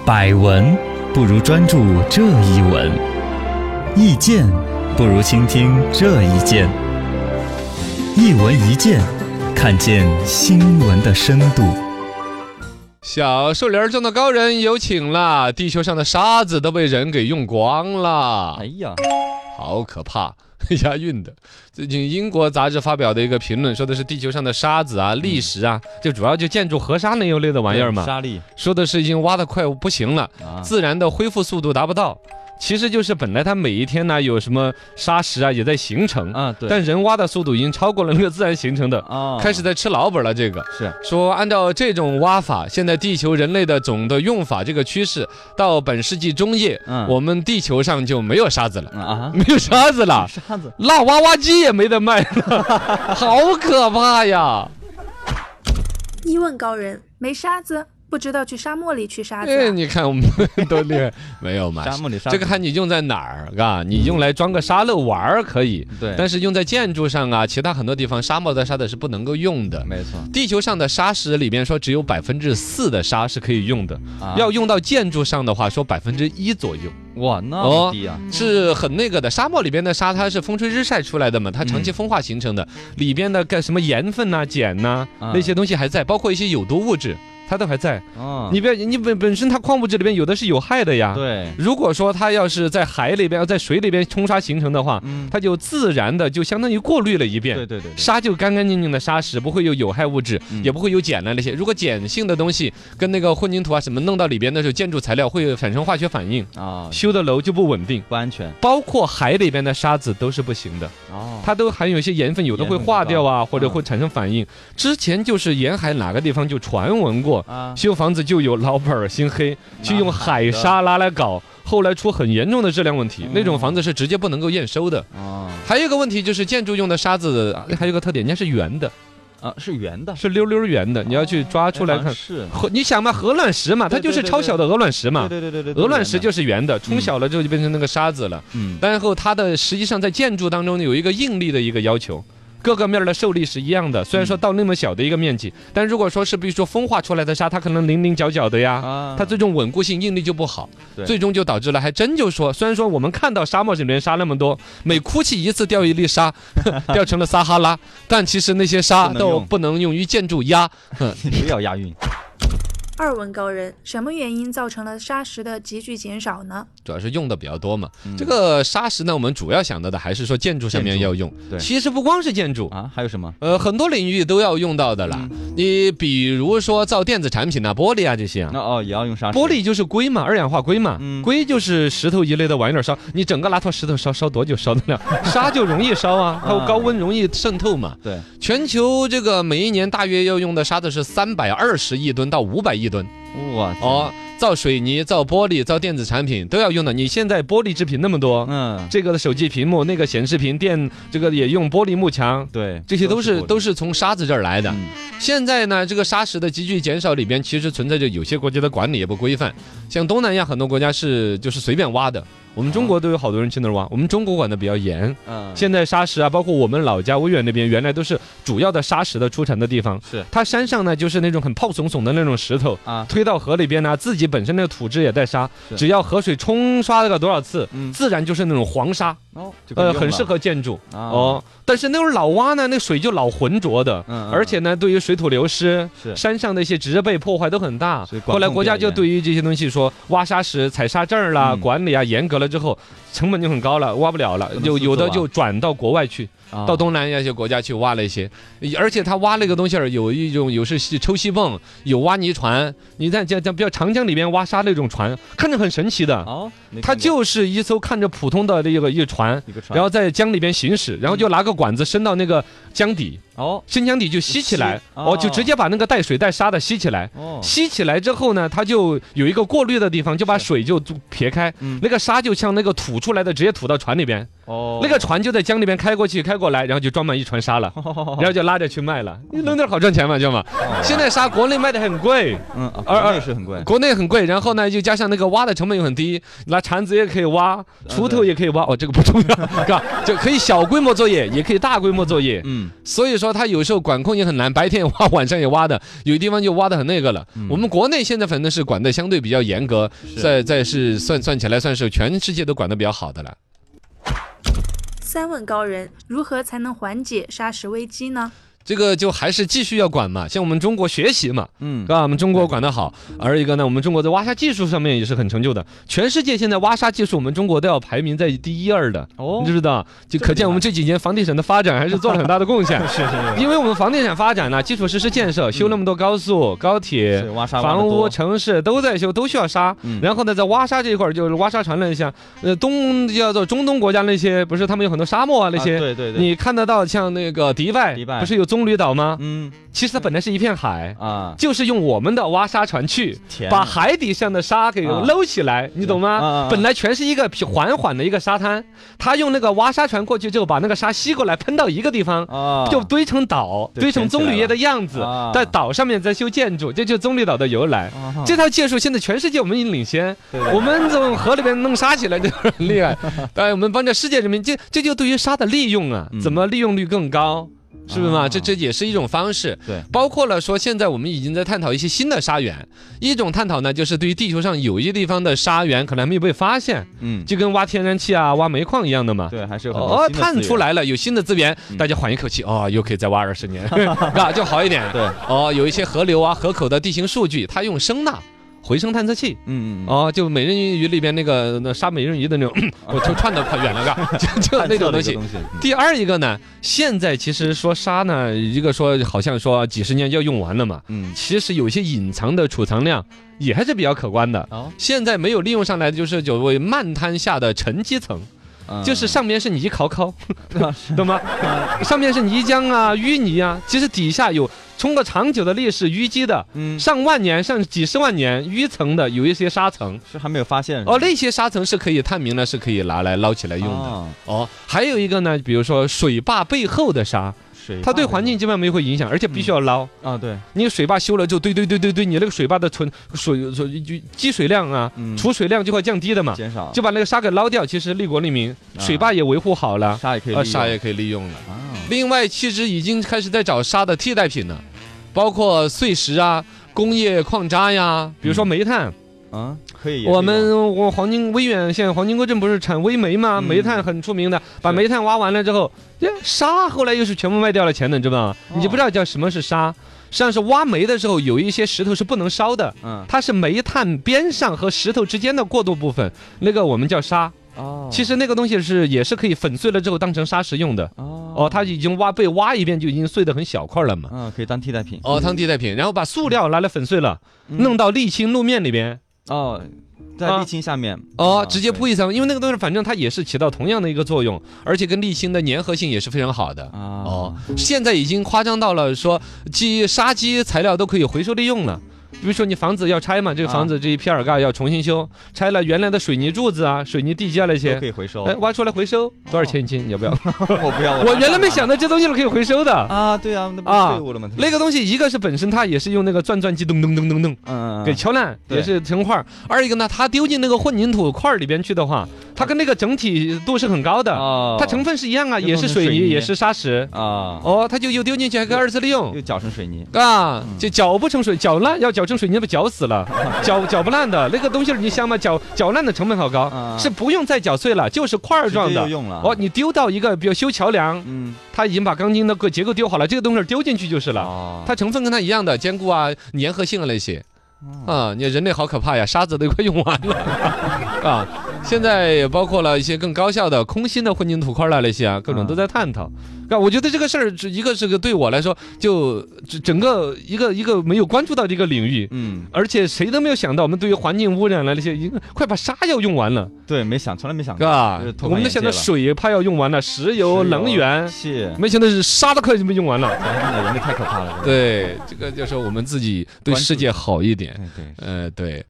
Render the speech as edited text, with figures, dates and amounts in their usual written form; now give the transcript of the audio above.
百闻不如专注这一闻，意见不如倾听这一见。一闻一见，看见新闻的深度。 小树林中的高人有请了，地球上的沙子都被人给用光了。 哎呀， 好可怕！押韵的。最近英国杂志发表的一个评论，说的是地球上的沙子啊、砾石啊，就主要就建筑河沙那一类的玩意儿嘛。 沙砾说的是已经挖得快不行了， 啊， 自然的恢复速度达不到。其实就是本来它每一天呢有什么沙石啊也在形成啊，对， 但人挖的速度已经超过了那个自然形成的，开始在吃老本了。这个是说按照这种挖法，现在地球人类的总的用法这个趋势，到本世纪中叶，我们地球上就没有沙子了啊， 没有沙子了， 沙子， 那挖挖机也没得卖了，好可怕呀！ 一问高人，没沙子。不知道去沙漠里取沙子、 哎，你看我们多厉害，没有嘛？ 沙漠里沙子， 这个看你用在哪儿，嘎？你用来装个沙漏玩儿可以， 对。 但是用在建筑上啊，其他很多地方沙漠的沙子是不能够用的。 没错。 地球上的沙石里面说只有4%的沙是可以用的，要用到建筑上的话，说1%左右。 哇，那么低啊！ 是很那个的。沙漠里边的沙，它是风吹日晒出来的嘛，它长期风化形成的，里边的什么盐分呐、碱呐那些东西还在，包括一些有毒物质。它都还在，你别，你本身它矿物质里边有的是有害的呀。 对， 如果说它要是在海里边、在水里边冲刷形成的话，它就自然的就相当于过滤了一遍， 对， 沙就干干净净的沙石，不会有害物质，也不会有碱那些。如果碱性的东西跟那个混凝土啊什么弄到里边的时候，建筑材料会产生化学反应啊，修的楼就不稳定、 不安全。 包括海里边的沙子都是不行的，它都含有一些盐分，有的会化掉啊，或者会产生反应。之前就是沿海哪个地方就传闻过。修房子就有老本心黑，去用海沙拉来搞，后来出很严重的质量问题，那种房子是直接不能够验收的。还有一个问题就是建筑用的沙子，还有一个特点，人家是圆的。 是圆的， 是溜溜圆的，你要去抓出来看。 是， 你想嘛，鹅卵石嘛，它就是超小的鹅卵石嘛。 对， 鹅卵石就是圆的，冲小了之后就变成那个沙子了。然后它的实际上在建筑当中有一个应力的一个要求。各个面的受力是一样的，虽然说到那么小的一个面积，但如果说是比如说风化出来的沙，它可能棱棱角角的呀，它这种稳固性应力就不好，最终就导致了还真就说，虽然说我们看到沙漠里面沙那么多，每哭泣一次掉一粒沙，掉成了撒哈拉，但其实那些沙都不能用于建筑压， 不要押韵。 二问高人，什么原因造成了沙石的急剧减少呢？ 主要是用的比较多嘛。这个沙石呢，我们主要想到的还是说建筑上面要用。 对， 其实不光是建筑啊，还有什么？ 很多领域都要用到的啦。你比如说造电子产品啊、玻璃啊这些啊， 也要用沙石。 玻璃就是硅嘛，二氧化硅嘛，硅就是石头一类的玩意儿烧，你整个拿坨石头烧多久烧得了？沙就容易烧啊，它高温容易渗透嘛。 对， 全球这个每一年大约要用的沙子是320亿吨到500亿吨。 哇造水泥、造玻璃、造电子产品都要用的。你现在玻璃制品那么多，这个的手机屏幕、那个显示屏、这个也用玻璃幕墙， 对， 这些都是从沙子这儿来的。现在呢，这个沙石的急剧减少里边，其实存在着有些国家的管理也不规范，像东南亚很多国家就是随便挖的。我们中国都有好多人去那儿挖，我们中国管的比较严。现在沙石啊，包括我们老家威远那边，原来都是主要的沙石的出产的地方。 是， 它山上呢就是那种很泡耸耸的那种石头啊，推到河里边呢，自己本身那个土质也带沙，只要河水冲刷了个多少次，自然就是那种黄沙。很适合建筑但是那种老挖呢，那水就老浑浊的，而且呢，对于水土流失、山上的一些植被破坏都很大。后来国家就对于这些东西说，挖沙石、采沙证啦、管理啊严格了之后，成本就很高了，挖不了了，有的就转到国外去。到东南亚一些国家去挖了一些，而且他挖那个东西有一种有是抽吸泵，有挖泥船。你在比较长江里边挖沙那种船，看着很神奇的它就是一艘看着普通的一个船，然后在江里边行驶，然后就拿个管子伸到那个江底。深江底就吸起来，就直接把那个带水带沙的吸起来。吸起来之后呢，它就有一个过滤的地方，就把水就撇开，那个沙就像那个吐出来的，直接吐到船里边。那个船就在江里边开过去开过来，然后就装满一船沙了，然后就拉着去卖了。你弄点好赚钱嘛，知道吗？现在沙国内卖的很贵， 国内是很贵， 国内很贵，然后呢就加上那个挖的成本又很低，拿铲子也可以挖，锄头也可以挖，这个不重要，是吧？就可以小规模作业，也可以大规模作业。所以说。 说它有时候管控也很难，白天也挖，晚上也挖的，有地方就挖的很那个了。我们国内现在反正是管的相对比较严格，是算起来算是全世界都管的比较好的了。 三问高人，如何才能缓解沙石危机呢？ 这个就还是继续要管嘛，像我们中国学习嘛，我们中国管得好，而一个呢，我们中国在挖沙技术上面也是很成就的，全世界现在挖沙技术，我们中国都要排名在第1、2的，你知不知道？就可见我们这几年房地产的发展还是做了很大的贡献。 是， 因为我们房地产发展呢，基础设施建设，修那么多高速、高铁、房屋、城市都在修，都需要沙。然后呢，在挖沙这一块，就是挖沙船了一下，叫做中东国家那些，不是他们有很多沙漠啊那些， 对， 你看得到像那个迪拜不是有棕榈岛吗？其实它本来是一片海啊， 就是用我们的挖沙船去把海底上的沙给搂起来，你懂吗？本来全是一个缓缓的一个沙滩，他用那个挖沙船过去之后，把那个沙吸过来喷到一个地方，就堆成岛，堆成棕榈叶的样子，在岛上面再修建筑，这就是棕榈岛的由来。这套技术现在全世界我们已经领先，我们从河里边弄沙起来就很厉害。当然我们帮着世界人民，这就对于沙的利用啊，怎么利用率更高？是不是嘛？这也是一种方式。 对， 包括了说，现在我们已经在探讨一些新的沙源。一种探讨呢，就是对于地球上有一些地方的沙源可能还没有被发现，就跟挖天然气啊、挖煤矿一样的嘛。 对，还是有很多探出来了，有新的资源，大家缓一口气，又可以再挖20年，就好一点。 对， 有一些河流啊、河口的地形数据，它用声呐。回声探测器，就美人鱼里边那个杀美人鱼的那种，我就串得跑远了个，就那种东西。第二一个呢，现在其实说沙呢，一个说好像说几十年就要用完了嘛，其实有些隐藏的储藏量也还是比较可观的。现在没有利用上来的就是所谓漫滩下的沉积层。就是上面是泥考，懂吗？上面是泥浆啊、淤泥啊，其实底下有通过长久的历史淤积的，上万年、上几十万年淤层的有一些沙层， 是还没有发现。 那些沙层是可以探明了，是可以拿来捞起来用的。还有一个呢，比如说水坝背后的沙。它对环境基本上没会影响，而且必须要捞啊！对， 你水坝修了之后堆，你那个水坝的积水量啊、储水量就会降低的嘛， 减少， 就把那个沙给捞掉。其实利国利民，水坝也维护好了， 沙也可以利用了。另外，其实已经开始在找沙的替代品了，包括碎石啊、工业矿渣呀，比如说煤炭。 可以。 我黄金威远县黄金沟镇不是产微煤吗？煤炭很出名的，把煤炭挖完了之后，沙后来又是全部卖掉了钱的，你知道吗？你就不知道叫什么是沙。实际上是挖煤的时候，有一些石头是不能烧的，它是煤炭边上和石头之间的过渡部分，那个我们叫沙。其实那个东西也是可以粉碎了之后当成砂石用的。它已经被挖一遍就已经碎得很小块了嘛。 可以当替代品。 当替代品，然后把塑料拿来粉碎了，弄到沥青路面里边。 在沥青下面直接铺一层，因为那个东西反正它也是起到同样的一个作用，而且跟沥青的粘合性也是非常好的。现在已经夸张到了说沙基材料都可以回收利用了。比如说你房子要拆嘛，这个房子这一片儿要重新修，拆了原来的水泥柱子啊、水泥地基那些都可以回收， 挖出来回收，多少钱一斤？要不要？ 我不要。 我原来没想到这东西是可以回收的啊！对啊，那不是废物了吗？ 那个东西一个是本身它也是用那个钻机咚给敲烂，也是成块；二一个呢，它丢进那个混凝土块里边去的话，它跟那个整体度是很高的，它成分是一样啊，也是水泥，也是砂石它就又丢进去，还可以2次利用， 又搅成水泥就搅不成水，搅烂要搅成水泥，不搅死了，搅不烂的那个东西，你想嘛，搅烂的成本好高，是不用再搅碎了，就是块状的。你丢到一个，比如修桥梁，它已经把钢筋的结构丢好了，这个东西丢进去就是了，它成分跟它一样的，坚固啊、粘合性啊那些。你人类好可怕呀，沙子都快用完了现在也包括了一些更高效的空心的混凝土块那些各种都在探讨。我觉得这个事儿，一个是个对我来说，就整个一个没有关注到这个领域，而且谁都没有想到，我们对于环境污染了那些，快把沙要用完了。 对，从来没想到， 我们都想到水怕要用完了，石油、能源，没想到是沙都快被用完了。 人类太可怕了。 对，这个就是我们自己对世界好一点。对。